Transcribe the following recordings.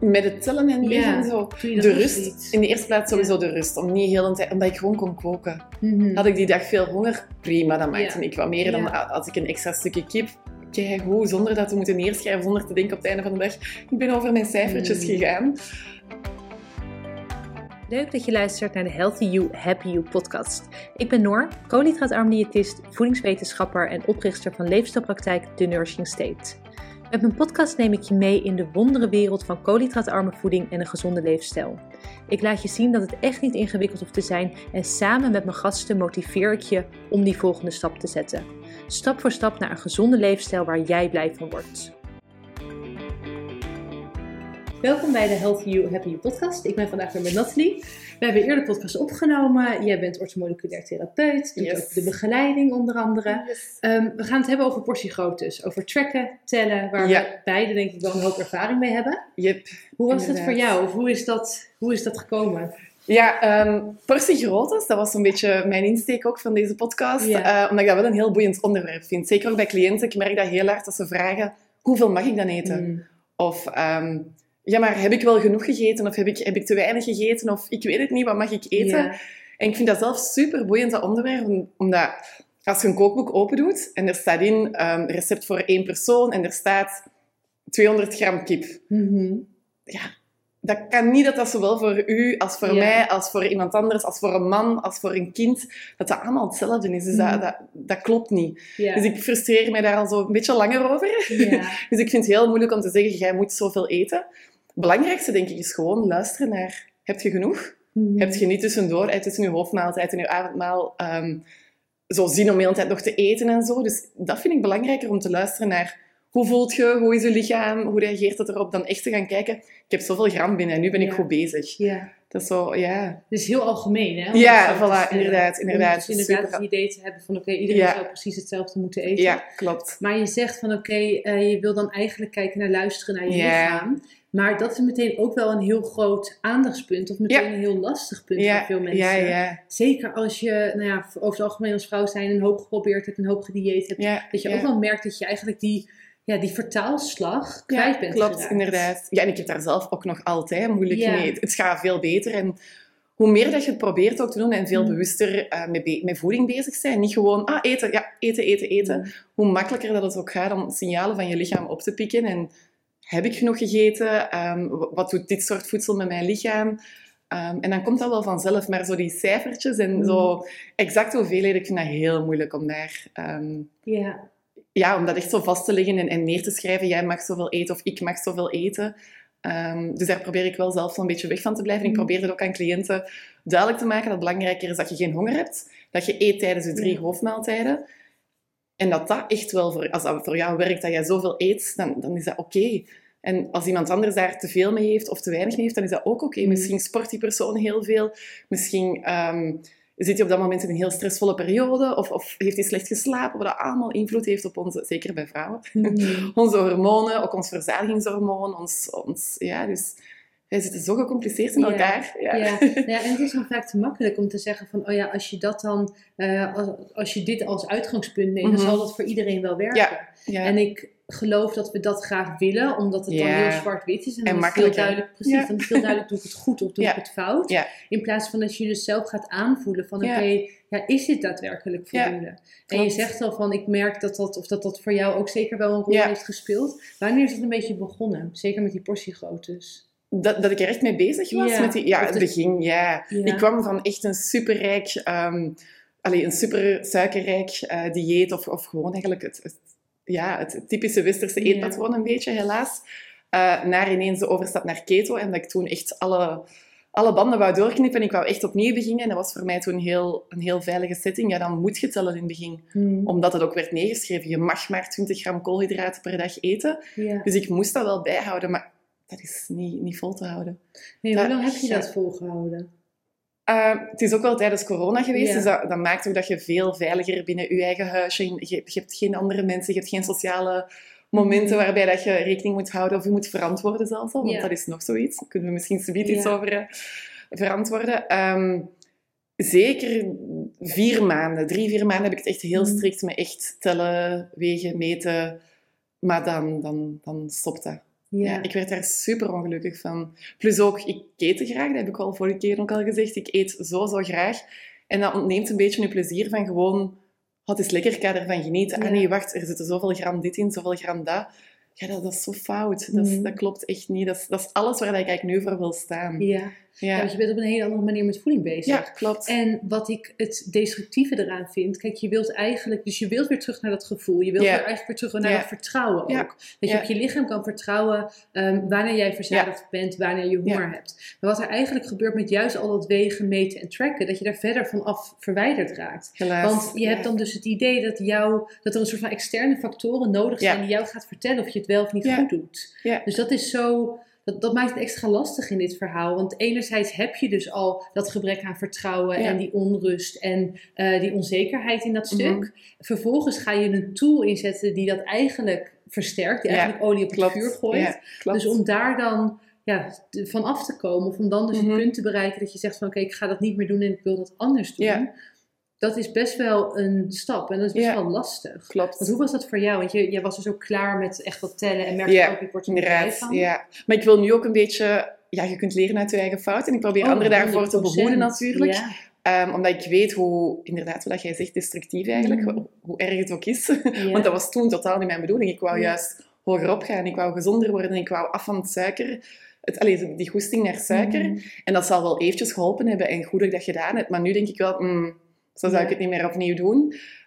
Met het tellen en wegen zo. De rust. Niet. In de eerste plaats sowieso de rust. Om niet heel de tijd... Omdat ik gewoon kon koken. Had ik die dag veel honger? Prima, dan maakte ik wat meer. Dan als ik een extra stukje kip... Keigoed, zonder dat te moeten neerschrijven, zonder te denken op het einde van de dag. Ik ben over mijn cijfertjes gegaan. Leuk dat je luistert naar de Healthy You, Happy You podcast. Ik ben Noor, koolhydraatarm diëtist, voedingswetenschapper en oprichter van leefstijlpraktijk The Nourishing State. Met mijn podcast neem ik je mee in de wonderenwereld van koolhydraatarme voeding en een gezonde leefstijl. Ik laat je zien dat het echt niet ingewikkeld hoeft te zijn en samen met mijn gasten motiveer ik je om die volgende stap te zetten. Stap voor stap naar een gezonde leefstijl waar jij blij van wordt. Welkom bij de Healthy You, Happy You podcast. Ik ben vandaag weer met Nathalie. We hebben eerder podcast opgenomen. Jij bent orthomoleculair therapeut. Doet ook de begeleiding onder andere. Yes. We gaan het hebben over portiegroottes. Over tracken, tellen. Waar we beide denk ik wel een hoop ervaring mee hebben. Yep, hoe was dat voor jou? Of hoe is dat gekomen? Ja, portiegroottes, dat was een beetje mijn insteek ook van deze podcast. Ja. Omdat ik dat wel een heel boeiend onderwerp vind. Zeker ook bij cliënten. Ik merk dat heel hard als ze vragen, hoeveel mag ik dan eten? Of... ja, maar heb ik wel genoeg gegeten? Of heb ik te weinig gegeten? Of ik weet het niet, wat mag ik eten? Ja. En ik vind dat zelf super boeiend, dat onderwerp. Omdat als je een kookboek open doet en er staat in recept voor 1 persoon en er staat 200 gram kip. Ja, dat kan niet dat zowel voor u als voor mij, als voor iemand anders, als voor een man, als voor een kind, dat allemaal hetzelfde is. Dus dat klopt niet. Ja. Dus ik frustreer mij daar al zo een beetje langer over. Ja. Dus ik vind het heel moeilijk om te zeggen, jij moet zoveel eten. Het belangrijkste, denk ik, is gewoon luisteren naar... Heb je genoeg? Heb je niet tussendoor, tussen je hoofdmaaltijd en je avondmaal, zo zin om de hele tijd nog te eten en zo? Dus dat vind ik belangrijker, om te luisteren naar... Hoe voelt je? Hoe is je lichaam? Hoe reageert het erop? Dan echt te gaan kijken. Ik heb zoveel gram binnen en nu ben ik goed bezig. Ja. Dat is zo, ja. Het is heel algemeen, hè? Ja, voilà, inderdaad. Dus inderdaad het idee te hebben van iedereen zou precies hetzelfde moeten eten. Ja, klopt. Maar je zegt van je wil dan eigenlijk kijken naar luisteren naar je lichaam. Maar dat is meteen ook wel een heel groot aandachtspunt. Of meteen een heel lastig punt voor veel mensen. Ja. Zeker als je, over het algemeen als vrouw zijn, een hoop geprobeerd hebt, een hoop gedieet hebt. Dat je ook wel merkt dat je eigenlijk die vertaalslag kwijt bent klopt, geraakt. Inderdaad. Ja, en ik heb daar zelf ook nog altijd moeilijk mee. Het gaat veel beter. En hoe meer dat je het probeert ook te doen en veel bewuster met voeding bezig zijn. Niet gewoon, eten. Hoe makkelijker dat het ook gaat om signalen van je lichaam op te pikken. En heb ik genoeg gegeten? Wat doet dit soort voedsel met mijn lichaam? En dan komt dat wel vanzelf. Maar zo die cijfertjes en zo exact hoeveelheden, ik vind dat heel moeilijk om daar... Ja, om dat echt zo vast te leggen en neer te schrijven. Jij mag zoveel eten of ik mag zoveel eten. Dus daar probeer ik wel zelf zo'n beetje weg van te blijven. Ik probeer het ook aan cliënten duidelijk te maken dat het belangrijker is dat je geen honger hebt. Dat je eet tijdens je 3 hoofdmaaltijden. En dat echt wel, als dat voor jou werkt, dat jij zoveel eet, dan is dat oké. En als iemand anders daar te veel mee heeft of te weinig mee heeft, dan is dat ook oké. Misschien sport die persoon heel veel. Misschien... zit hij op dat moment in een heel stressvolle periode? Of heeft hij slecht geslapen? Wat dat allemaal invloed heeft op onze... Zeker bij vrouwen. Onze hormonen, ook ons verzadigingshormoon. Dus wij zitten zo gecompliceerd in elkaar. Ja, en het is dan vaak te makkelijk om te zeggen van... als je dat dan... als je dit als uitgangspunt neemt, dan zal dat voor iedereen wel werken. Ja. En ik geloof dat we dat graag willen, omdat het dan heel zwart-wit is. En dan is heel duidelijk, dan is heel duidelijk, doe ik het goed of doe ik het fout. Ja. In plaats van dat je dus zelf gaat aanvoelen van is dit daadwerkelijk voldoende? En je zegt al van, ik merk dat voor jou ook zeker wel een rol heeft gespeeld. Wanneer is het een beetje begonnen? Zeker met die portiegroottes. Dat ik er echt mee bezig was? Het begin, Ik kwam van echt een superrijk... een super suikerrijk dieet of gewoon eigenlijk het typische westerse eetpatroon een beetje, helaas. Naar ineens de overstap naar keto. En dat ik toen echt alle banden wou doorknippen. En ik wou echt opnieuw beginnen. En dat was voor mij toen een heel veilige setting. Ja, dan moet je tellen in het begin. Omdat het ook werd neergeschreven. Je mag maar 20 gram koolhydraten per dag eten. Ja. Dus ik moest dat wel bijhouden. Maar dat is niet vol te houden. Nee, hoe lang heb je dat volgehouden? Het is ook wel tijdens corona geweest, dus dat maakt ook dat je veel veiliger binnen je eigen huisje... Je hebt geen andere mensen, je hebt geen sociale momenten waarbij dat je rekening moet houden of je moet verantwoorden zelfs al, want dat is nog zoiets. Daar kunnen we misschien zoiets iets over verantwoorden. Zeker 4 maanden. 3-4 maanden heb ik het echt heel strikt met echt tellen, wegen, meten. Maar dan stopt dat. Ja, ik werd daar super ongelukkig van. Plus ook, ik eet te graag, dat heb ik al vorige keer ook al gezegd. Ik eet zo graag. En dat ontneemt een beetje je plezier van gewoon... Het is lekker, ik ga ervan genieten. Ja. Ah nee, wacht, er zitten zoveel gram dit in, zoveel gram dat. Ja, dat is zo fout. Dat klopt echt niet. Dat is alles waar ik eigenlijk nu voor wil staan. Ja, want je bent op een hele andere manier met voeding bezig. Ja, klopt. En wat ik het destructieve eraan vind... Kijk, je wilt eigenlijk... Dus je wilt weer terug naar dat gevoel. Je wilt eigenlijk weer terug naar dat vertrouwen ook. Dat je op je lichaam kan vertrouwen... wanneer jij verzadigd bent, wanneer je honger hebt. Maar wat er eigenlijk gebeurt met juist al dat wegen, meten en tracken... Dat je daar verder van af verwijderd raakt. Helaas. Want je hebt dan dus het idee dat er een soort van externe factoren nodig zijn... die jou gaat vertellen of je het wel of niet goed doet. Ja. Dus dat is zo... Dat maakt het extra lastig in dit verhaal. Want enerzijds heb je dus al dat gebrek aan vertrouwen... en die onrust en die onzekerheid in dat stuk. Vervolgens ga je een tool inzetten die dat eigenlijk versterkt. Die eigenlijk olie op het vuur gooit. Ja, dus om daar dan van af te komen... of om dan dus het punt te bereiken dat je zegt van... oké, ik ga dat niet meer doen en ik wil dat anders doen... Ja. Dat is best wel een stap en dat is best wel lastig. Klopt. Want hoe was dat voor jou? Want jij was dus ook klaar met echt wat tellen en merkte ook, ik word er blij van. Ja, maar ik wil nu ook een beetje... Ja, je kunt leren uit je eigen fouten. En ik probeer anderen daarvoor te behoeden natuurlijk. Ja. Omdat ik weet hoe, inderdaad, wat jij zegt, destructief eigenlijk, hoe erg het ook is. Want dat was toen totaal niet mijn bedoeling. Ik wou juist hogerop gaan, ik wou gezonder worden, ik wou af van het suiker. Die goesting naar suiker. En dat zal wel eventjes geholpen hebben en goed dat ik dat gedaan heb. Maar nu denk ik wel... Zo zou ik het niet meer opnieuw doen.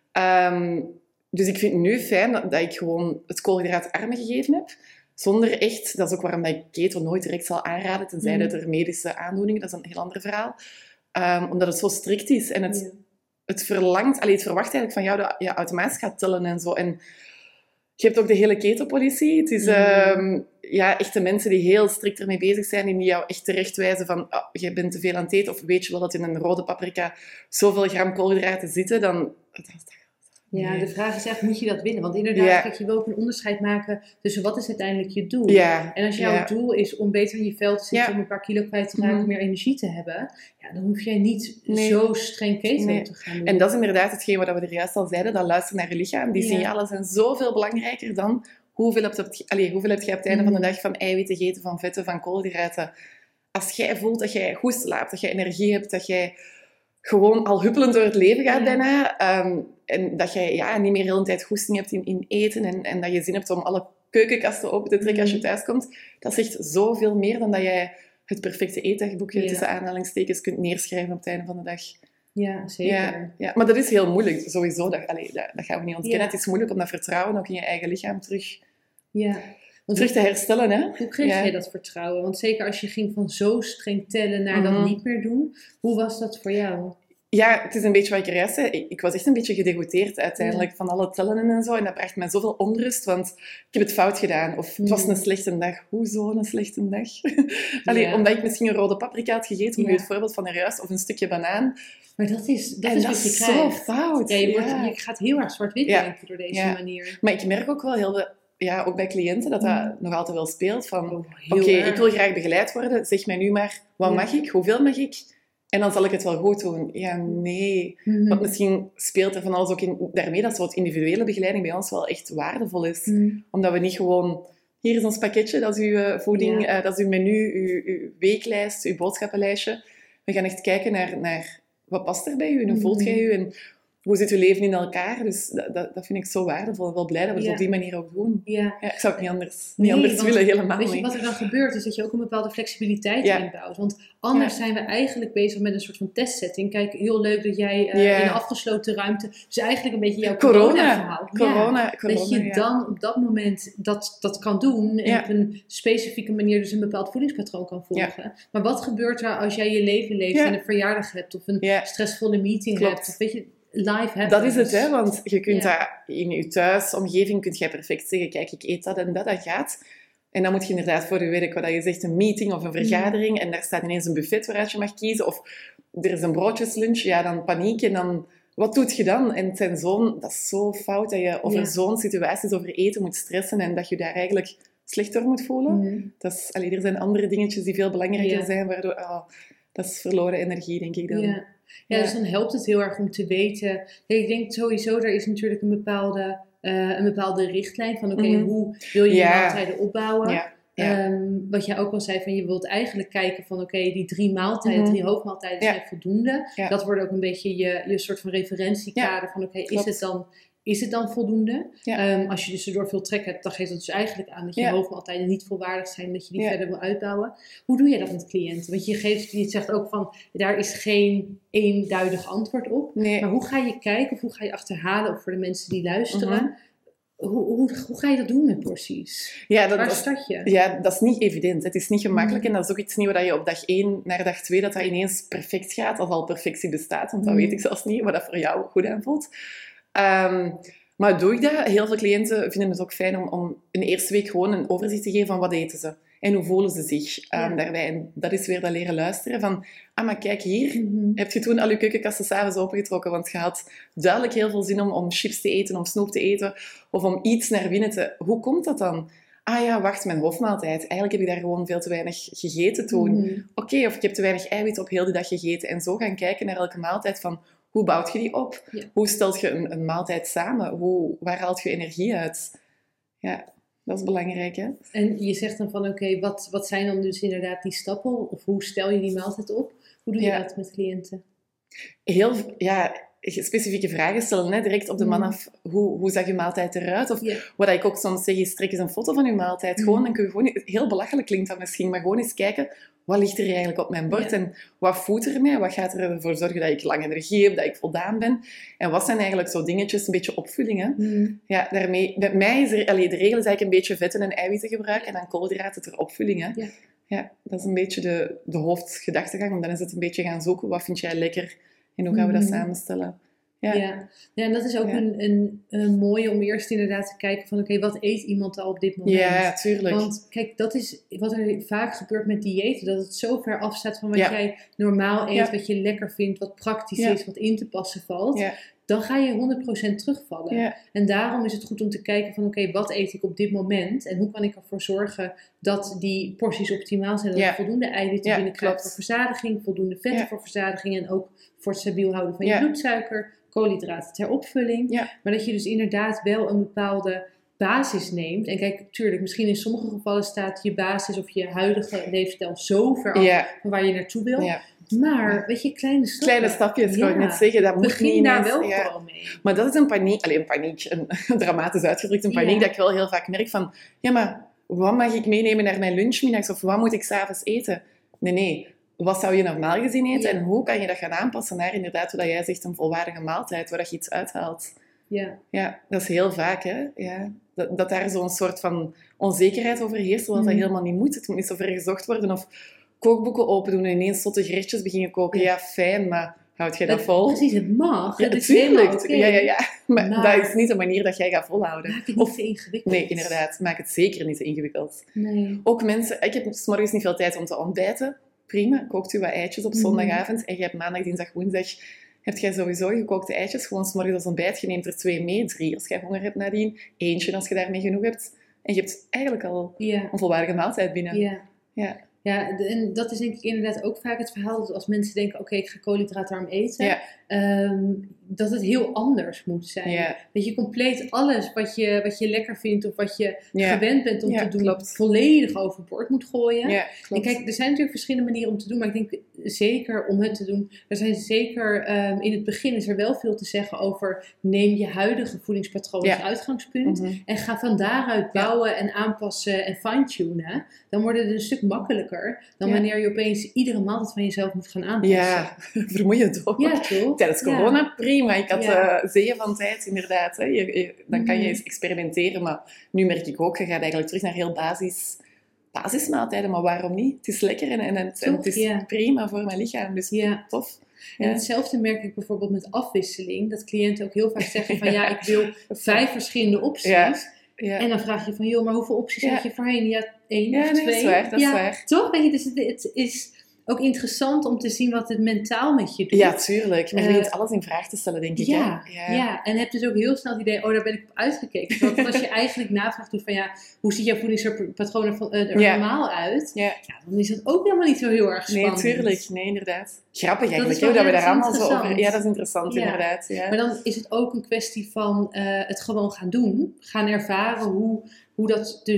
Dus ik vind het nu fijn dat ik gewoon het koolhydraatarme gegeven heb. Zonder echt... Dat is ook waarom ik keto nooit direct zal aanraden. Tenzij dat er medische aandoeningen... Dat is een heel ander verhaal. Omdat het zo strikt is. En het verlangt... het verwacht eigenlijk van jou dat je automatisch gaat tellen en zo. En je hebt ook de hele ketopolitie. Het is... echte mensen die heel strikt ermee bezig zijn en die jou echt terechtwijzen van je bent te veel aan het eten of weet je wel dat in een rode paprika zoveel gram koolhydraten zitten, dan... Ja, de vraag is echt, moet je dat willen? Want inderdaad, kijk, je wil ook een onderscheid maken tussen wat is uiteindelijk je doel. Ja. En als jouw doel is om beter in je vel te zitten, om een paar kilo kwijt te raken, meer energie te hebben, dan hoef jij niet zo streng keto te gaan doen. En dat is inderdaad hetgeen wat we er juist al zeiden, dat luisteren naar je lichaam. Die signalen zijn zoveel belangrijker dan hoeveel heb je op het einde van de dag van eiwitten gegeten, van vetten, van koolhydraten. Als jij voelt dat jij goed slaapt, dat jij energie hebt, dat jij gewoon al huppelend door het leven gaat bijna, en dat jij niet meer de hele tijd goesting hebt in eten en dat je zin hebt om alle keukenkasten open te trekken als je thuis komt, dat zegt zoveel meer dan dat jij het perfecte eetdagboekje tussen aanhalingstekens kunt neerschrijven op het einde van de dag. Ja, zeker. Ja, maar dat is heel moeilijk, sowieso. Dat gaan we niet ontkennen. Het is moeilijk om dat vertrouwen ook in je eigen lichaam terug te herstellen. Hè? Hoe kreeg jij dat vertrouwen? Want zeker als je ging van zo streng tellen naar dat niet meer doen. Hoe was dat voor jou? Ja, het is een beetje wat ik eruit zei. Ik was echt een beetje gedegoûteerd uiteindelijk van alle tellen en zo. En dat bracht mij zoveel onrust, want ik heb het fout gedaan. Of het was een slechte dag. Hoezo een slechte dag? Omdat ik misschien een rode paprika had gegeten, om nu het voorbeeld van eruit, of een stukje banaan. Maar dat is wat je krijgt. Zo fout. Ja, je gaat heel erg zwart-wit denken door deze manier. Maar ik merk ook wel heel veel... Ja, ook bij cliënten, dat nog altijd wel speelt. Van, oké, ik wil graag begeleid worden. Zeg mij nu maar, wat mag ik? Hoeveel mag ik? En dan zal ik het wel goed doen. Ja, nee. Want misschien speelt er van alles ook daarmee dat soort individuele begeleiding bij ons wel echt waardevol is. Omdat we niet gewoon... Hier is ons pakketje, dat is uw voeding, dat is uw menu, uw weeklijst, uw boodschappenlijstje. We gaan echt kijken naar wat past er bij u en hoe voelt jij u en hoe zit uw leven in elkaar. Dus dat vind ik zo waardevol. Ik ben wel blij dat we het op die manier ook doen. Ja, ik zou het niet anders willen, helemaal niet. Weet je wat er dan gebeurt, is dat je ook een bepaalde flexibiliteit inbouwt. Want anders zijn we eigenlijk bezig met een soort van testsetting. Kijk, heel leuk dat jij in een afgesloten ruimte... Dus eigenlijk een beetje jouw corona-verhaal. Corona, dat je dan op dat moment dat kan doen. En op een specifieke manier dus een bepaald voedingspatroon kan volgen. Ja. Maar wat gebeurt er als jij je leven leeft en een verjaardag hebt... Of een stressvolle meeting hebt? Of weet je... Dat is het, hè, want je kunt dat in je thuisomgeving kun jij perfect zeggen, kijk, ik eet dat en dat gaat. En dan moet je inderdaad voor je werk, wat je zegt, een meeting of een vergadering, en daar staat ineens een buffet waaruit je mag kiezen, of er is een broodjeslunch, dan paniek, en dan, wat doet je dan? En het zijn dat is zo fout, dat je over zo'n situaties, over eten moet stressen, en dat je daar eigenlijk slecht door moet voelen. Er zijn andere dingetjes die veel belangrijker zijn, waardoor, dat is verloren energie, denk ik dan. Ja, dus dan helpt het heel erg om te weten... Ik denk sowieso, er is natuurlijk een bepaalde richtlijn van... hoe wil je je maaltijden opbouwen? Ja. Wat jij ook al zei, van je wilt eigenlijk kijken van oké, die 3 maaltijden, 3 hoofdmaaltijden zijn voldoende. Ja. Dat wordt ook een beetje je soort van referentiekader van oké, is het dan voldoende? Ja. Als je dus erdoor veel trek hebt, dan geeft dat dus eigenlijk aan dat je hoofdmaaltijden niet volwaardig zijn, dat je die verder wil uitbouwen. Hoe doe je dat met cliënten? Want je zegt ook van, daar is geen eenduidig antwoord op. Nee. Maar hoe ga je kijken of hoe ga je achterhalen, of voor de mensen die luisteren, hoe ga je dat doen met porties? Waar start je? Ja, dat is niet evident. Het is niet gemakkelijk en dat is ook iets nieuws dat je op dag 1 naar dag 2 dat ineens perfect gaat, als al perfectie bestaat, want dat weet ik zelfs niet, wat dat voor jou goed aanvoelt. Maar doe ik dat? Heel veel cliënten vinden het ook fijn om een eerste week gewoon een overzicht te geven van wat eten ze. En hoe voelen ze zich daarbij. En dat is weer dat leren luisteren van, maar kijk hier, heb je toen al je keukenkasten 's avonds opengetrokken, want je had duidelijk heel veel zin om chips te eten, om snoep te eten, of om iets naar binnen te... Hoe komt dat dan? Wacht, mijn hoofdmaaltijd. Eigenlijk heb ik daar gewoon veel te weinig gegeten toen. Oké, of ik heb te weinig eiwit op heel de dag gegeten. En zo gaan kijken naar elke maaltijd van, hoe bouwt je die op? Ja. Hoe stelt je een maaltijd samen? Waar haalt je energie uit? Ja, dat is belangrijk, hè? En je zegt dan van, oké, wat zijn dan dus inderdaad die stappen? Of hoe stel je die maaltijd op? Hoe doe je dat met cliënten? Heel, specifieke vragen stellen, hè? Direct op de man af. Hoe zag je maaltijd eruit? Of wat ik ook soms zeg, is trek eens een foto van je maaltijd. Gewoon, dan kun je gewoon, heel belachelijk klinkt dat misschien, maar gewoon eens kijken, wat ligt er eigenlijk op mijn bord? En wat voedt er mij? Wat gaat ervoor zorgen dat ik lang energie heb, dat ik voldaan ben? En wat zijn eigenlijk zo dingetjes, een beetje opvullingen? Ja, daarmee, bij mij is de regel is eigenlijk een beetje vetten en eiwitten gebruiken en dan koolhydraten ter opvullingen. Ja, dat is een beetje de hoofdgedachtegang. Want dan is het een beetje gaan zoeken, wat vind jij lekker? En hoe gaan we dat samenstellen? Ja, en dat is ook een mooie om eerst inderdaad te kijken van oké, wat eet iemand al op dit moment? Ja, tuurlijk. Want kijk, dat is wat er vaak gebeurt met diëten, dat het zo ver afstaat van wat jij normaal eet, wat je lekker vindt, wat praktisch is, wat in te passen valt. Ja. Dan ga je 100% terugvallen. Ja. En daarom is het goed om te kijken van oké, wat eet ik op dit moment? En hoe kan ik ervoor zorgen dat die porties optimaal zijn? Dat er voldoende eiwitten binnenkrijgt voor verzadiging, voldoende vetten voor verzadiging en ook voor het stabiel houden van je bloedsuiker, koolhydraten ter opvulling. Ja. Maar dat je dus inderdaad wel een bepaalde basis neemt. En kijk, tuurlijk, misschien in sommige gevallen staat je basis of je huidige leefstijl zo ver af van waar je naartoe wil. Ja. Maar, weet je, kleine stappen. Kleine stapjes, kan ik net zeggen. Dat moet begin niet daar wel gewoon mee. Maar dat is een paniek, een dramatisch uitgedrukt, een paniek dat ik wel heel vaak merk van, maar wat mag ik meenemen naar mijn lunchmiddags of wat moet ik 's avonds eten? Nee. Wat zou je normaal gezien eten en hoe kan je dat gaan aanpassen naar inderdaad, wat jij zegt, een volwaardige maaltijd, waar je iets uithaalt? Ja, dat is heel vaak, hè. Ja. Dat daar zo'n soort van onzekerheid over heerst, terwijl dat helemaal niet moet. Het moet niet zo ver gezocht worden of kookboeken open doen en ineens zotte gerechtjes beginnen koken. Ja, fijn, maar houd jij dat vol? Precies, het mag. Ja, natuurlijk. Okay. Maar dat is niet de manier dat jij gaat volhouden. Maak het niet te ingewikkeld. Nee, inderdaad. Maak het zeker niet te ingewikkeld. Nee. Ook mensen... Ik heb 's morgens niet veel tijd om te ontbijten. Prima, kookt u wat eitjes op zondagavond en je hebt maandag, dinsdag, woensdag... Heb jij sowieso gekookte eitjes, gewoon 's morgens als ontbijt. Je neemt er 2 mee, 3 als jij honger hebt nadien. Eentje als je daarmee genoeg hebt. En je hebt eigenlijk al een volwaardige maaltijd binnen. Ja, en dat is denk ik inderdaad ook vaak het verhaal. Dat als mensen denken, oké, ik ga koolhydraatarm eten. Dat het heel anders moet zijn. Dat je compleet alles wat je lekker vindt of wat je gewend bent om te doen, volledig overboord moet gooien. En kijk, er zijn natuurlijk verschillende manieren om te doen, maar ik denk zeker om het te doen. Er zijn zeker, in het begin is er wel veel te zeggen over neem je huidige voedingspatroon als uitgangspunt en ga van daaruit bouwen en aanpassen en fine-tunen. Dan wordt het een stuk makkelijker dan wanneer je opeens iedere maaltijd van jezelf moet gaan aanpassen. Ja, vermoeiend toch? Ja, toch? Tijdens corona, prima. Ik had zeeën van tijd, inderdaad. Hè. Dan kan je eens experimenteren, maar nu merk ik ook, je gaat eigenlijk terug naar heel basismaaltijden, maar waarom niet? Het is lekker en het is prima voor mijn lichaam, dus tof. En hetzelfde merk ik bijvoorbeeld met afwisseling, dat cliënten ook heel vaak zeggen van ik wil 5 verschillende opties. Ja. En dan vraag je van, joh, maar hoeveel opties had je voorheen? Ja, 1 of 2. Dat is waar. Toch? Weet je, dus het is ook interessant om te zien wat het mentaal met je doet. Ja, tuurlijk. Maar je begint alles in vraag te stellen, denk ik. Ja. En heb dus ook heel snel het idee, daar ben ik op uitgekeken. Want als je eigenlijk navraagt doet van, hoe ziet jouw voedingspatroon er normaal uit? Dan is dat ook helemaal niet zo heel erg spannend. Nee, tuurlijk. Nee, inderdaad. Grappig eigenlijk, dat we daar allemaal zo over... Ja, dat is interessant, inderdaad. Ja. Maar dan is het ook een kwestie van het gewoon gaan doen. Gaan ervaren hoe dat dus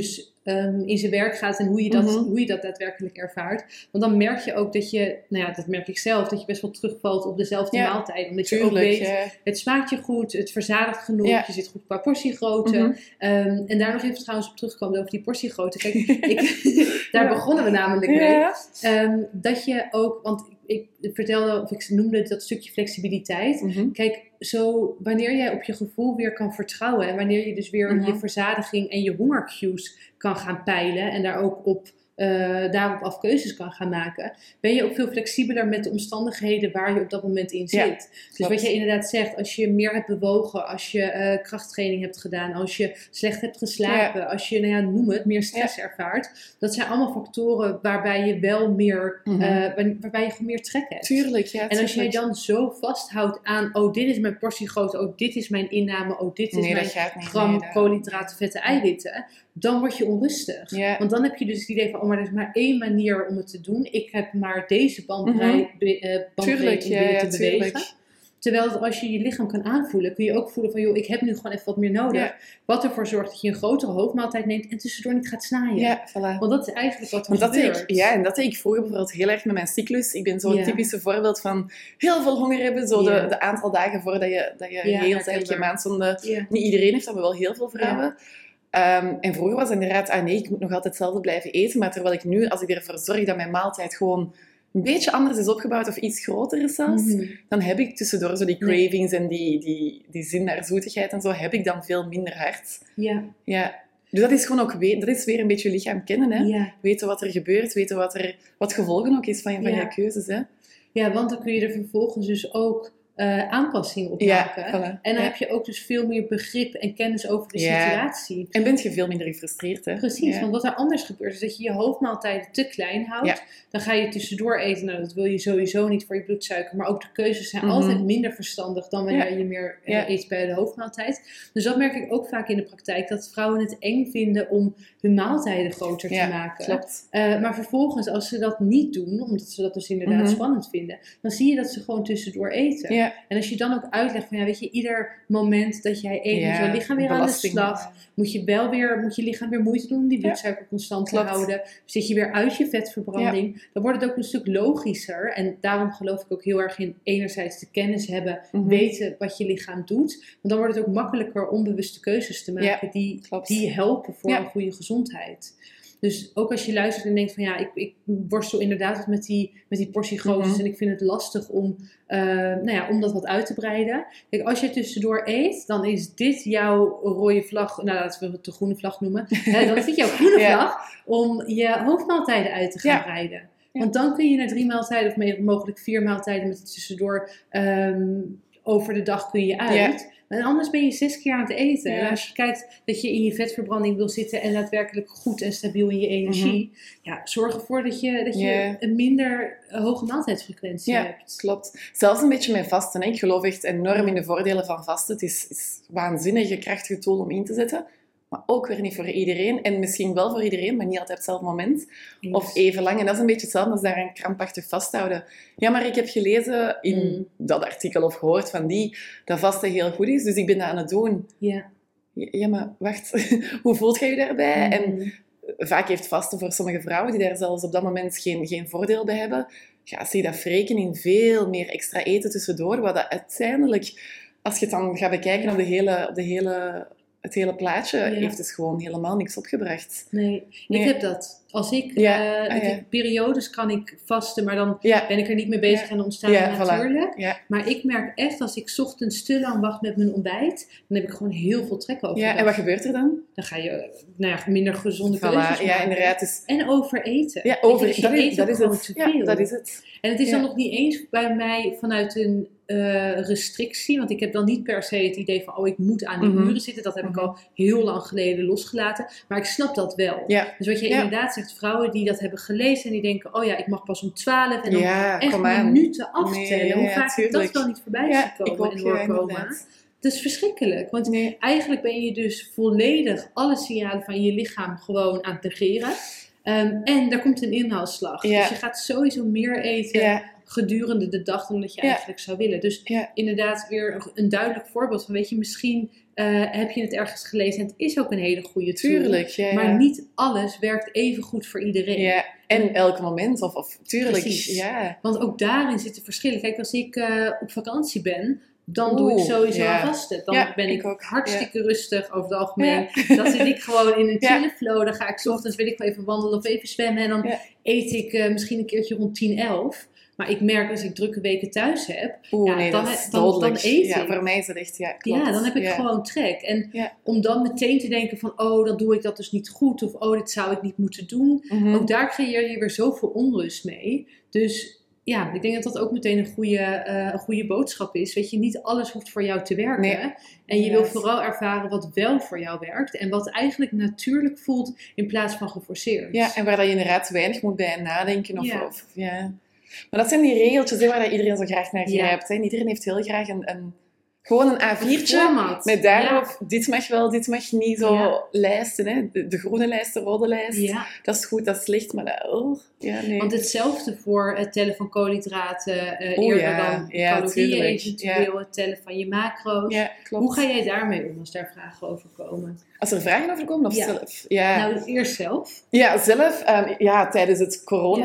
in zijn werk gaat en hoe je dat daadwerkelijk ervaart. Want dan merk je ook dat je, dat merk ik zelf, dat je best wel terugvalt op dezelfde maaltijd. Omdat je ook weet, het smaakt je goed, het verzadigt genoeg, je zit goed qua portiegrootte. En daar nog even trouwens op terugkomen over die portiegrootte. Kijk, daar begonnen we namelijk mee. Dat je ook, want ik noemde dat stukje flexibiliteit. Kijk, wanneer jij op je gevoel weer kan vertrouwen en wanneer je dus weer je verzadiging en je hongercues kan gaan peilen en daar ook daarop af keuzes kan gaan maken, ben je ook veel flexibeler met de omstandigheden waar je op dat moment in zit. Dus klopt. Wat je inderdaad zegt, als je meer hebt bewogen, als je krachttraining hebt gedaan, als je slecht hebt geslapen, als je, noem het, meer stress ervaart, dat zijn allemaal factoren waarbij je wel meer, waarbij je gewoon meer trek hebt. Tuurlijk, ja. En als jij dan zo vasthoudt aan, dit is mijn portiegrootte, dit is mijn inname, dit is mijn gram koolhydraten, vette eiwitten, dan word je onrustig. Want dan heb je dus het idee van, maar er is maar één manier om het te doen. Ik heb maar deze bandbreedte om binnen te bewegen. Terwijl als je je lichaam kan aanvoelen, kun je ook voelen van, ik heb nu gewoon even wat meer nodig. Wat ervoor zorgt dat je een grotere hoofdmaaltijd neemt en tussendoor niet gaat snaaien. Ja, voilà. Want dat is eigenlijk wat er gebeurt. En dat deed ik vroeger bijvoorbeeld heel erg met mijn cyclus. Ik ben zo'n typische voorbeeld van heel veel honger hebben. Zo de aantal dagen voordat je heelt, eigenlijk je maandzonde. Niet iedereen heeft dat, maar wel heel veel vrouwen. En vroeger was het inderdaad, ik moet nog altijd hetzelfde blijven eten. Maar terwijl ik nu, als ik ervoor zorg dat mijn maaltijd gewoon een beetje anders is opgebouwd of iets groter is zelfs, dan heb ik tussendoor zo die cravings en die zin naar zoetigheid en zo, heb ik dan veel minder hard. Ja. Dus dat is gewoon ook dat is weer een beetje je lichaam kennen. Hè? Weten wat er gebeurt, weten wat gevolgen ook is van je keuzes. Hè? Ja, want dan kun je er vervolgens dus ook aanpassingen op maken. Voilà. En dan heb je ook dus veel meer begrip en kennis over de situatie. En ben je veel minder gefrustreerd. Hè? Precies, want wat er anders gebeurt is dat je je hoofdmaaltijden te klein houdt. Dan ga je tussendoor eten. Dat wil je sowieso niet voor je bloedsuiker. Maar ook de keuzes zijn altijd minder verstandig dan wanneer je meer eet bij de hoofdmaaltijd. Dus dat merk ik ook vaak in de praktijk. Dat vrouwen het eng vinden om hun maaltijden groter te maken. Klopt. Maar vervolgens als ze dat niet doen, omdat ze dat dus inderdaad spannend vinden, dan zie je dat ze gewoon tussendoor eten. En als je dan ook uitlegt van, ieder moment dat jij eet, moet je lichaam weer aan de slag. Moet je lichaam weer moeite doen om die bloedsuiker constant te houden. Zit je weer uit je vetverbranding. Dan wordt het ook een stuk logischer. En daarom geloof ik ook heel erg in enerzijds de kennis hebben, weten wat je lichaam doet. Want dan wordt het ook makkelijker onbewuste keuzes te maken die helpen voor een goede gezondheid. Dus ook als je luistert en denkt van ik worstel inderdaad met die portiegroottes en ik vind het lastig om dat wat uit te breiden. Kijk, als je tussendoor eet, dan is dit jouw rode vlag, laten we het de groene vlag noemen. Dan is dit jouw groene vlag om je hoofdmaaltijden uit te gaan breiden. Want dan kun je naar 3 maaltijden of mogelijk 4 maaltijden met het tussendoor over de dag kun je uit. En anders ben je 6 keer aan het eten. En als je kijkt dat je in je vetverbranding wil zitten en daadwerkelijk goed en stabiel in je energie, zorg ervoor dat je een minder hoge maaltijdsfrequentie hebt. Klopt. Zelfs een beetje met vasten. Hè. Ik geloof echt enorm in de voordelen van vasten. Het is waanzinnige krachtige tool om in te zetten. Maar ook weer niet voor iedereen. En misschien wel voor iedereen, maar niet altijd op hetzelfde moment. Yes. Of even lang. En dat is een beetje hetzelfde als daar een krampachtig vasthouden. Ja, maar ik heb gelezen in dat artikel of gehoord van dat vasten heel goed is. Dus ik ben dat aan het doen. Ja, maar wacht. Hoe voelt jij je daarbij? En vaak heeft vasten voor sommige vrouwen die daar zelfs op dat moment geen voordeel bij hebben. Zie je dat wreken in veel meer extra eten tussendoor. Wat dat uiteindelijk, als je het dan gaat bekijken op het hele plaatje, heeft het gewoon helemaal niks opgebracht. Nee. Ik heb dat. Als ik periodes kan ik vasten, maar dan ben ik er niet mee bezig en dan ontstaan natuurlijk. Voilà. Maar ik merk echt, als ik 's ochtends te lang wacht met mijn ontbijt, dan heb ik gewoon heel veel trek over. En wat gebeurt er dan? Dan ga je minder gezonde keuzes maken. Ja, inderdaad. En overeten. Ja, dat is het. Ja, dat is het. En het is dan nog niet eens bij mij vanuit een restrictie, want ik heb dan niet per se het idee van ik moet aan die uren zitten. Dat heb ik al heel lang geleden losgelaten. Maar ik snap dat wel. Dus wat je inderdaad zegt, vrouwen die dat hebben gelezen en die denken, ik mag pas om 12 en dan echt minuten aftellen. Hoe vaak ik dat wel niet voorbij gekomen en doorkomen. Dat is verschrikkelijk. Want eigenlijk ben je dus volledig alle signalen van je lichaam gewoon aan het negeren. En daar komt een inhaalslag. Dus je gaat sowieso meer eten gedurende de dag dan dat je eigenlijk zou willen. Dus inderdaad weer een duidelijk voorbeeld van, weet je, misschien heb je het ergens gelezen en het is ook een hele goede tool. Tuurlijk, maar niet alles werkt even goed voor iedereen. Ja, en elk moment. Of tuurlijk. Precies. Ja. Want ook daarin zitten verschillen. Kijk, als ik op vakantie ben, dan doe ik sowieso vasten. Dan ben ik ook hartstikke rustig over het algemeen. Dan zit ik gewoon in een chille flow. Dan ga ik 's ochtends, wil ik wel even wandelen of even zwemmen. En dan eet ik misschien een keertje rond 10, 11. Maar ik merk als ik drukke weken thuis heb, dan eet ik. Ja, voor mij is dat echt, klopt. Ja, dan heb ik gewoon trek. En om dan meteen te denken van, dan doe ik dat dus niet goed. Of, dit zou ik niet moeten doen. Ook daar creëer je weer zoveel onrust mee. Dus ja, ik denk dat dat ook meteen een goede boodschap is. Weet je, niet alles hoeft voor jou te werken. Nee. En je wil vooral ervaren wat wel voor jou werkt. En wat eigenlijk natuurlijk voelt in plaats van geforceerd. Ja, en waar dat je inderdaad weinig moet bij nadenken. Maar dat zijn die regeltjes waar dat iedereen zo graag naar grijpt. En iedereen heeft heel graag gewoon een A4'tje met daarop, dit mag wel, dit mag niet, zo lijsten. Hè? De groene lijst, de rode lijst. Ja. Dat is goed, dat is slecht, maar dat... nee. Want hetzelfde voor het tellen van koolhydraten, eerder dan calorieën eventueel, het tellen van je macro's. Ja, klopt. Hoe ga jij daarmee om als daar vragen over komen? Als er vragen over komen, of zelf? Ja. Nou, eerst zelf. Ja, zelf. Tijdens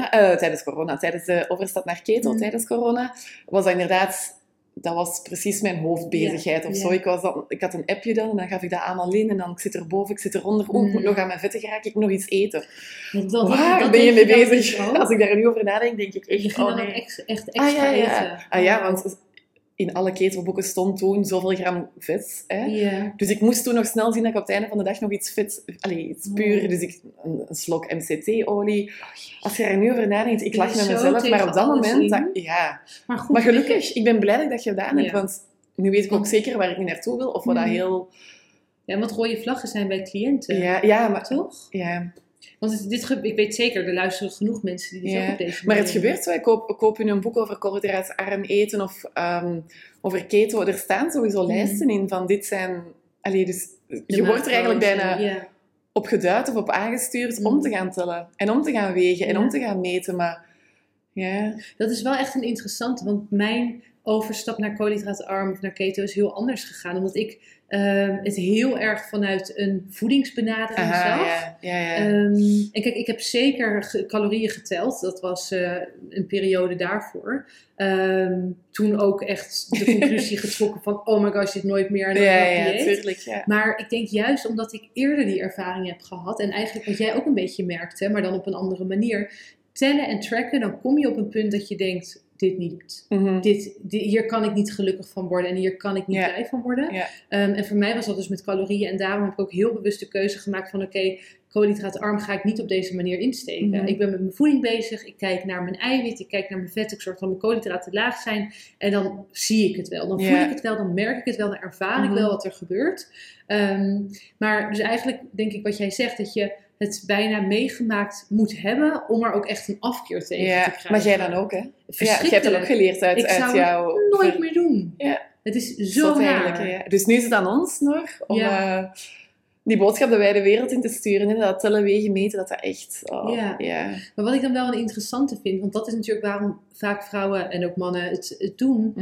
tijdens de overstap naar keto, tijdens corona, was dat inderdaad... Dat was precies mijn hoofdbezigheid of zo. Ik had een appje dan en dan gaf ik dat allemaal in. En dan, ik zit erboven, ik zit eronder. Ik moet nog aan mijn vetten geraken, ik moet nog iets eten. Waar ben je mee bezig? Als ik daar nu over nadenk, denk ik echt... Je ging dan echt extra eten. Want in alle ketelboeken stond toen zoveel gram vet. Hè? Yeah. Dus ik moest toen nog snel zien dat ik op het einde van de dag nog iets vet... iets puur, dus een slok MCT-olie. Als je er nu over nadenkt, ik lach met mezelf, maar op dat moment... Maar gelukkig, ik ben blij dat ik dat gedaan heb, want nu weet ik ook zeker waar ik nu naartoe wil, of wat dat heel... Ja, want rode vlaggen zijn bij cliënten. Ja, maar... Toch? Ja. Want ik weet zeker, er luisteren genoeg mensen die ook op deze maar het gebeurt zo. Ik koop nu een boek over koolhydraatarm eten of over keto. Er staan sowieso lijsten in van dit zijn... dus je wordt er eigenlijk bijna op geduid of op aangestuurd om te gaan tellen. En om te gaan wegen en om te gaan meten. Maar dat is wel echt een interessante, want mijn overstap naar koolhydraatarm of naar keto is heel anders gegaan. Omdat ik het heel erg vanuit een voedingsbenadering zag. En kijk, ik heb zeker calorieën geteld. Dat was een periode daarvoor. Toen ook echt de conclusie getrokken van... oh my gosh, dit nooit meer een dieet. Tuurlijk, Maar ik denk juist omdat ik eerder die ervaring heb gehad... en eigenlijk wat jij ook een beetje merkte, maar dan op een andere manier... tellen en tracken, dan kom je op een punt dat je denkt... dit niet. Hier kan ik niet gelukkig van worden en hier kan ik niet blij van worden. En voor mij was dat dus met calorieën en daarom heb ik ook heel bewust de keuze gemaakt van koolhydraatarm ga ik niet op deze manier insteken. Ik ben met mijn voeding bezig, ik kijk naar mijn eiwit, ik kijk naar mijn vet, ik zorg dat mijn koolhydraten laag zijn en dan zie ik het wel. Dan voel ik het wel, dan merk ik het wel, dan ervaar ik wel wat er gebeurt. Maar dus eigenlijk denk ik wat jij zegt, dat je het bijna meegemaakt moet hebben om er ook echt een afkeer tegen te krijgen. Maar jij dan ook, hè? Ja, jij hebt dat ook geleerd uit jouw... het nooit meer doen. Ja. Het is zo raar. Dus nu is het aan ons nog om die boodschap de wijde wereld in te sturen. En dat tellen, wegen, meten, dat echt... Maar wat ik dan wel een interessante vind, want dat is natuurlijk waarom vaak vrouwen en ook mannen het doen...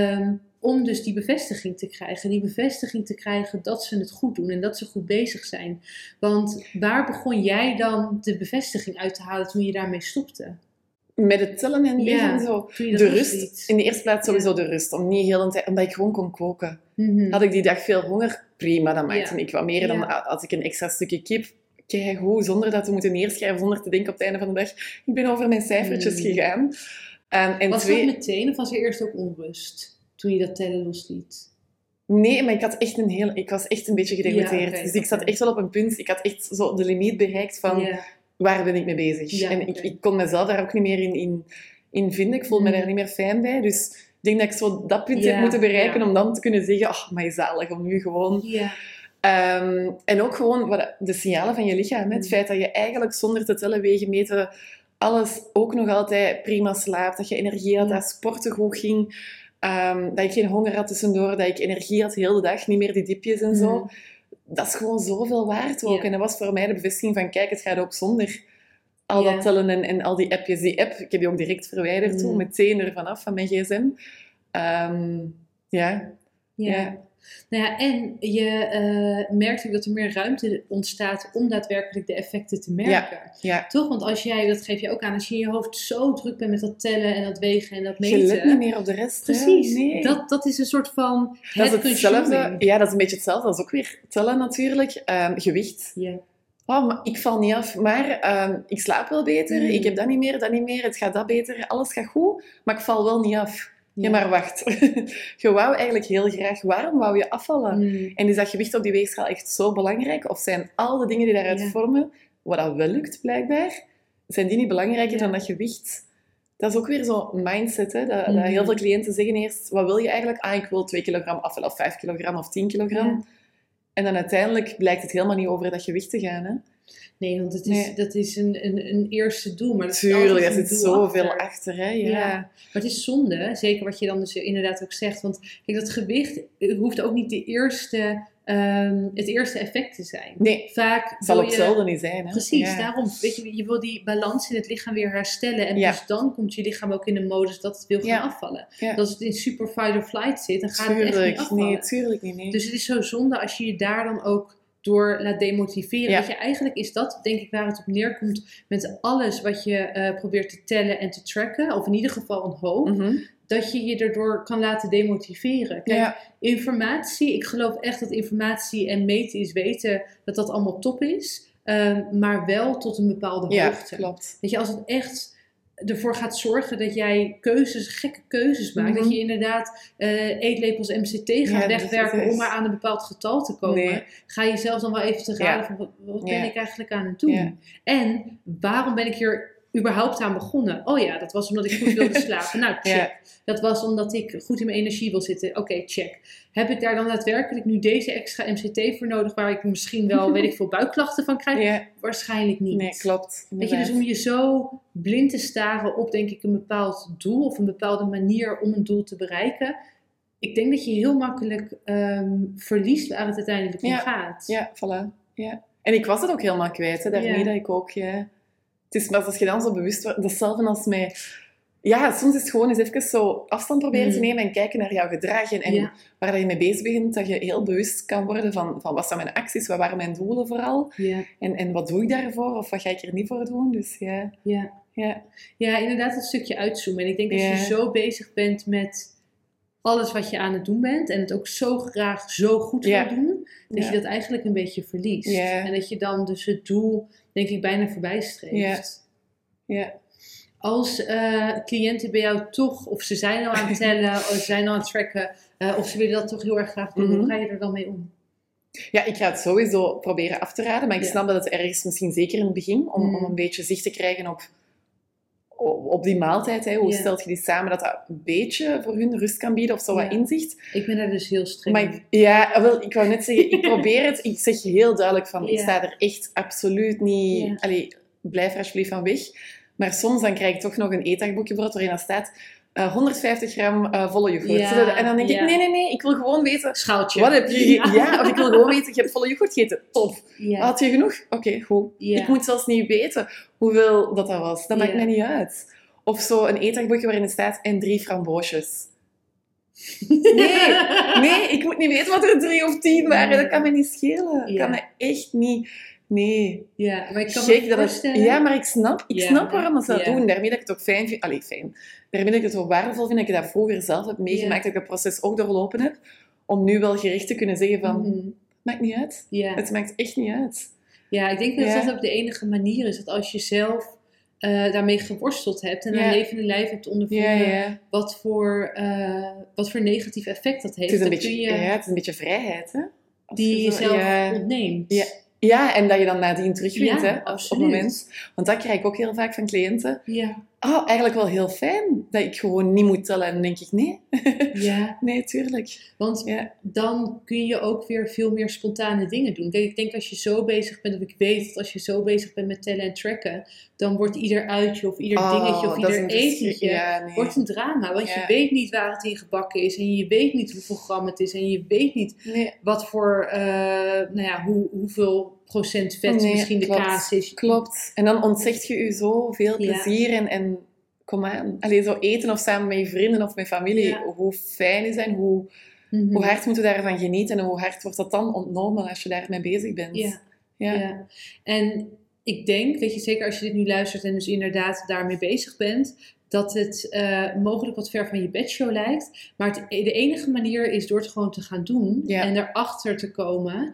om dus die bevestiging te krijgen. Die bevestiging te krijgen dat ze het goed doen en dat ze goed bezig zijn. Want waar begon jij dan de bevestiging uit te halen toen je daarmee stopte? Met het tellen en wegen zo. De rust. In de eerste plaats sowieso de rust. Om niet heel de tijd, omdat ik gewoon kon koken. Had ik die dag veel honger? Prima, dan maakte ik wat meer dan als ik een extra stukje kip... Kijk hoe, zonder dat te moeten neerschrijven, zonder te denken op het einde van de dag. Ik ben over mijn cijfertjes gegaan. Was dat meteen of was er eerst ook onrust? Toen je dat tellen losliet? Nee, maar ik was echt een beetje gedegoteerd. Dus ik zat echt wel op een punt. Ik had echt zo de limiet bereikt van waar ben ik mee bezig. En ik kon mezelf daar ook niet meer in vinden. Ik voelde me daar niet meer fijn bij. Dus ik denk dat ik zo dat punt heb moeten bereiken om dan te kunnen zeggen, maar zalig om nu gewoon... en ook gewoon de signalen van je lichaam. Het feit dat je eigenlijk zonder te tellen, wegen, meten, alles ook nog altijd prima slaapt. Dat je energie had, dat sporten goed ging... dat ik geen honger had tussendoor, dat ik energie had heel de dag, niet meer die diepjes en zo. Dat is gewoon zoveel waard ook. En dat was voor mij de bevestiging van, kijk, het gaat ook zonder al dat tellen en al die appjes. Die app, ik heb die ook direct verwijderd toen, meteen ervan af van mijn gsm. Ja. Nou ja, en je merkt ook dat er meer ruimte ontstaat om daadwerkelijk de effecten te merken. Ja. Toch? Want als jij, dat geef je ook aan, als je in je hoofd zo druk bent met dat tellen en dat wegen en dat meten. Je let niet meer op de rest. Precies. Nee. Dat is een soort van dat is hetzelfde. Ja, dat is een beetje hetzelfde. Dat is ook weer tellen natuurlijk. Gewicht. Ja. Oh, maar ik val niet af, maar ik slaap wel beter. Ik heb dat niet meer. Het gaat dat beter. Alles gaat goed, maar ik val wel niet af. Ja, maar wacht. Je wou eigenlijk heel graag. Waarom wou je afvallen? En is dat gewicht op die weegschaal echt zo belangrijk? Of zijn al de dingen die daaruit vormen, wat dat wel lukt blijkbaar, zijn die niet belangrijker dan dat gewicht? Dat is ook weer zo'n mindset, hè? Dat heel veel cliënten zeggen eerst, wat wil je eigenlijk? Ik wil 2 kilogram afvallen, of 5 kilogram, of 10 kilogram. Ja. En dan uiteindelijk blijkt het helemaal niet over dat gewicht te gaan, hè? Nee, want dat is een eerste doel. Maar Tuurlijk, er zit zoveel achter. Hè? Ja. Maar het is zonde, zeker wat je dan dus inderdaad ook zegt. Want kijk, dat gewicht hoeft ook niet het eerste effect te zijn. Nee, vaak zal ook zelden niet zijn. Hè? Precies, daarom. Weet je wil die balans in het lichaam weer herstellen. En dus dan komt je lichaam ook in de modus dat het wil gaan afvallen. Ja. Als het in super fight or flight zit, dan gaat het echt niet afvallen. Nee, tuurlijk niet. Nee. Dus het is zo zonde als je je daar dan ook door laat demotiveren. Weet je, eigenlijk is dat, denk ik, waar het op neerkomt met alles wat je probeert te tellen en te tracken. Of in ieder geval een hoop. Dat je je erdoor kan laten demotiveren. Kijk, informatie, ik geloof echt dat informatie en meten is weten dat dat allemaal top is. Maar wel tot een bepaalde hoogte. Klopt. Weet je, als het echt ervoor gaat zorgen dat jij gekke keuzes maakt. Dat je inderdaad eetlepels MCT gaat wegwerken om maar aan een bepaald getal te komen. Ga je zelf dan wel even te raden van wat ben ik eigenlijk aan het doen? Ja. En waarom ben ik hier überhaupt aan begonnen? Oh ja, dat was omdat ik goed wilde slapen. Nou, check. Dat was omdat ik goed in mijn energie wil zitten. Oké, check. Heb ik daar dan daadwerkelijk nu deze extra MCT voor nodig, waar ik misschien wel, weet ik veel, buikklachten van krijg? Waarschijnlijk niet. Nee, klopt. Weet je, dus om je zo blind te staren op, denk ik, een bepaald doel of een bepaalde manier om een doel te bereiken. Ik denk dat je heel makkelijk verliest waar het uiteindelijk om gaat. Ja, voilà. Ja. En ik was het ook helemaal kwijt, hè. Daarmee dat ik ook... Het is maar als je dan zo bewust wordt, datzelfde als mij... Ja, soms is het gewoon eens even zo afstand proberen te nemen en kijken naar jouw gedrag en waar je mee bezig bent, dat je heel bewust kan worden van wat zijn mijn acties, wat waren mijn doelen vooral en wat doe ik daarvoor of wat ga ik er niet voor doen. Dus ja, inderdaad een stukje uitzoomen. En ik denk als je zo bezig bent met alles wat je aan het doen bent en het ook zo graag zo goed wil doen, dat je dat eigenlijk een beetje verliest. En dat je dan dus het doel, denk ik, bijna voorbij streeft. Ja. Als cliënten bij jou toch, of ze zijn al aan het tellen, of ze zijn al aan het tracken, of ze willen dat toch heel erg graag doen, hoe ga je er dan mee om? Ja, ik ga het sowieso proberen af te raden, maar ik snap dat het ergens misschien zeker in het begin, om een beetje zicht te krijgen op die maaltijd, hè. Hoe stelt je die samen, dat een beetje voor hun rust kan bieden of zo wat inzicht. Ik ben daar dus heel streng in. Ik wou net zeggen, ik probeer het, ik zeg heel duidelijk van, ik sta er echt absoluut niet, blijf er alsjeblieft van weg. Maar soms dan krijg ik toch nog een eetdagboekje voor waarin dat staat 150 gram volle yoghurt. En dan denk ik, nee, ik wil gewoon weten... Schaaltje. Wat heb je gegeten? Of ik wil gewoon weten, je hebt volle yoghurt gegeten. Top. Had je genoeg? Oké, goed. Ik moet zelfs niet weten hoeveel dat was. Dat maakt mij niet uit. Of zo een eetdagboekje waarin het staat en 3 framboosjes. Nee, ik moet niet weten wat er 3 of 10 waren. Dat kan me niet schelen. Dat kan me echt niet... Nee. Ja, maar ik kan me voorstellen... Ja, maar ik snap waarom ze dat doen. Daarmee dat ik het ook fijn vind. Daarmee dat ik het ook waardevol vind dat ik dat vroeger zelf heb meegemaakt. Dat ik dat proces ook doorlopen heb. Om nu wel gericht te kunnen zeggen van... Maakt niet uit. Het maakt echt niet uit. Ja, ik denk dat dat ook de enige manier is. Dat als je zelf daarmee geworsteld hebt. En aan levende lijf hebt ondervonden. Wat voor negatief effect dat heeft. Het is een beetje vrijheid, hè? Die je zelf ontneemt. Ja, en dat je dan nadien terugwint, hè, op het moment. Want dat krijg ik ook heel vaak van cliënten. Oh, eigenlijk wel heel fijn dat ik gewoon niet moet tellen. En dan denk ik, nee. Nee, tuurlijk. Want dan kun je ook weer veel meer spontane dingen doen. Kijk, ik denk als je zo bezig bent, of ik weet dat als je zo bezig bent met tellen en tracken, dan wordt ieder uitje of ieder dingetje of ieder etentje wordt een drama. Want je weet niet waar het in gebakken is en je weet niet hoeveel gram het is en je weet niet wat voor, hoeveel vet misschien klopt, de kaas is. Klopt. En dan ontzegt je je zoveel plezier en kom aan. Alleen zo eten of samen met je vrienden of met familie. Hoe fijn is dat en hoe hard moeten we daarvan genieten en hoe hard wordt dat dan ontnomen als je daarmee bezig bent. Ja. En ik denk, weet je, zeker als je dit nu luistert en dus inderdaad daarmee bezig bent, dat het mogelijk wat ver van je bedshow lijkt. Maar de enige manier is door het gewoon te gaan doen en erachter te komen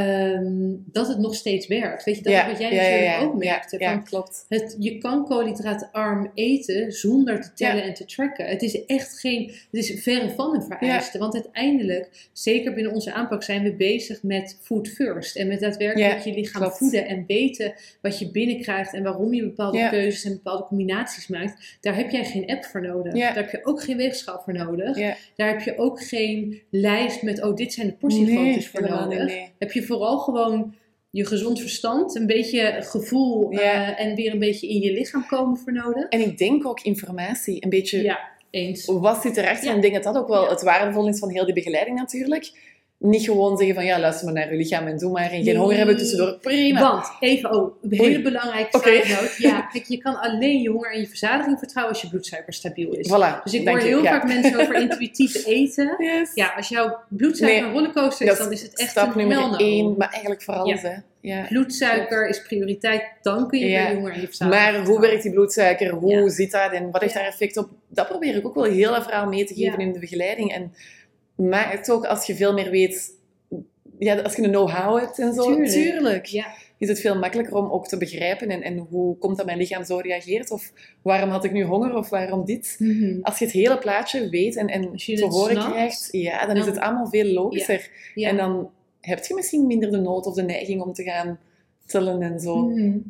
dat het nog steeds werkt. Weet je, dat is wat jij natuurlijk ook merkte. Ja, klopt. Je kan koolhydraatarm eten zonder te tellen en te tracken. Het is echt het is verre van een vereiste. Want uiteindelijk, zeker binnen onze aanpak, zijn we bezig met food first. En met daadwerkelijk je lichaam voeden en weten wat je binnenkrijgt en waarom je bepaalde keuzes en bepaalde combinaties maakt. Daar heb jij geen app voor nodig. Daar heb je ook geen weegschaal voor nodig. Daar heb je ook geen lijst met, dit zijn de portiegroottes voor nodig. Nee. Heb je vooral gewoon je gezond verstand, een beetje gevoel en weer een beetje in je lichaam komen voor nodig. En ik denk ook informatie, een beetje eens. Wat zit erachter? En ik denk dat dat ook wel het waardevol is van heel die begeleiding natuurlijk. Niet gewoon zeggen van, luister maar naar je lichaam en doe maar. En geen honger hebben tussendoor. Prima. Want, een hele belangrijke side note. Kijk, je kan alleen je honger en je verzadiging vertrouwen als je bloedsuiker stabiel is. Voilà, dus ik hoor heel vaak mensen over intuïtief eten. Yes. Ja, als jouw bloedsuiker een rollercoaster is, dan is het echt stap een nummer 1. Maar eigenlijk voor alles, hè. Ja. Bloedsuiker is prioriteit. Dan kun je bij je honger en je verzadiging Maar hoe werkt die bloedsuiker? Hoe zit dat? En wat heeft daar effect op? Dat probeer ik ook wel heel verhaal mee te geven in de begeleiding. En maar het ook als je veel meer weet, als je een know-how hebt en zo, tuurlijk. Is het veel makkelijker om ook te begrijpen en hoe komt dat mijn lichaam zo reageert of waarom had ik nu honger of waarom dit. Als je het hele plaatje weet en te horen krijgt, dan is het allemaal veel logischer. En dan heb je misschien minder de nood of de neiging om te gaan tellen en zo.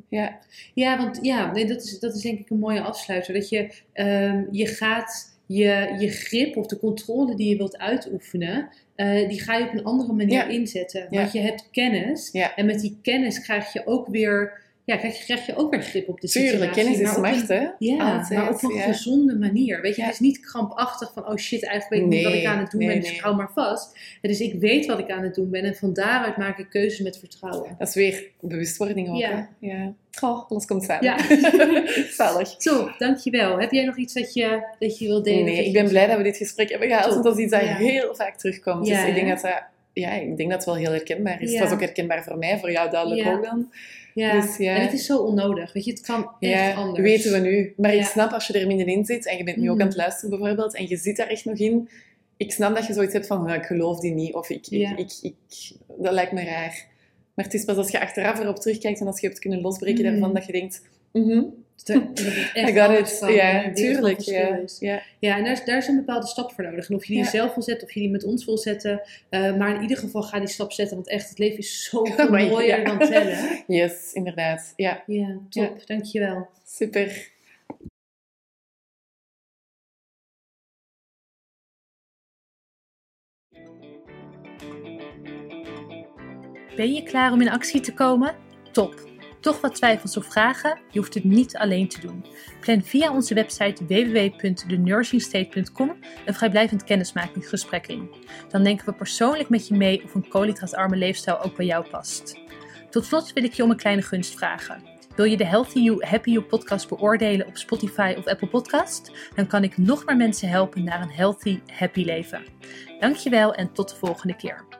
Dat is denk ik een mooie afsluiter. Dat je gaat je grip of de controle die je wilt uitoefenen, die ga je op een andere manier inzetten. Want je hebt kennis. En met die kennis krijg je ook weer grip op de situatie. Tuurlijk, kennis is macht, hè? Maar op een gezonde manier. Weet je, het is niet krampachtig van, oh shit, eigenlijk weet ik niet wat ik aan het doen ben, dus ik hou maar vast. Dus ik weet wat ik aan het doen ben en van daaruit maak ik keuzes met vertrouwen. Dat is weer bewustwording ook, hè? Ja. Alles komt samen. Ja. Zalig. Zo, dankjewel. Heb jij nog iets dat je wilt delen? Nee, ik ben blij dat we dit gesprek hebben gehad, want dat is iets dat heel vaak terugkomt. Dus ik denk dat het wel heel herkenbaar is. Het was ook herkenbaar voor mij, voor jou duidelijk ook dan. Dus, en het is zo onnodig. Weet je, het kan echt anders. Weten we nu. Maar ik snap als je er middenin zit en je bent nu ook aan het luisteren bijvoorbeeld en je zit daar echt nog in. Ik snap dat je zoiets hebt van, ik geloof die niet of dat lijkt me raar. Maar het is pas als je achteraf erop terugkijkt en als je hebt kunnen losbreken daarvan dat je denkt, I got it. Ja, tuurlijk. En daar is een bepaalde stap voor nodig. En of je die zelf wil zetten, of je die met ons wil zetten. Maar in ieder geval ga die stap zetten. Want echt, het leven is zo mooier dan tellen. Yes, inderdaad. Ja, top. Dankjewel. Super. Ben je klaar om in actie te komen? Top! Toch wat twijfels of vragen? Je hoeft het niet alleen te doen. Plan via onze website www.thenursingstate.com een vrijblijvend kennismakingsgesprek in. Dan denken we persoonlijk met je mee of een koolhydraatarme leefstijl ook bij jou past. Tot slot wil ik je om een kleine gunst vragen. Wil je de Healthy You, Happy You podcast beoordelen op Spotify of Apple Podcast? Dan kan ik nog meer mensen helpen naar een healthy, happy leven. Dankjewel en tot de volgende keer.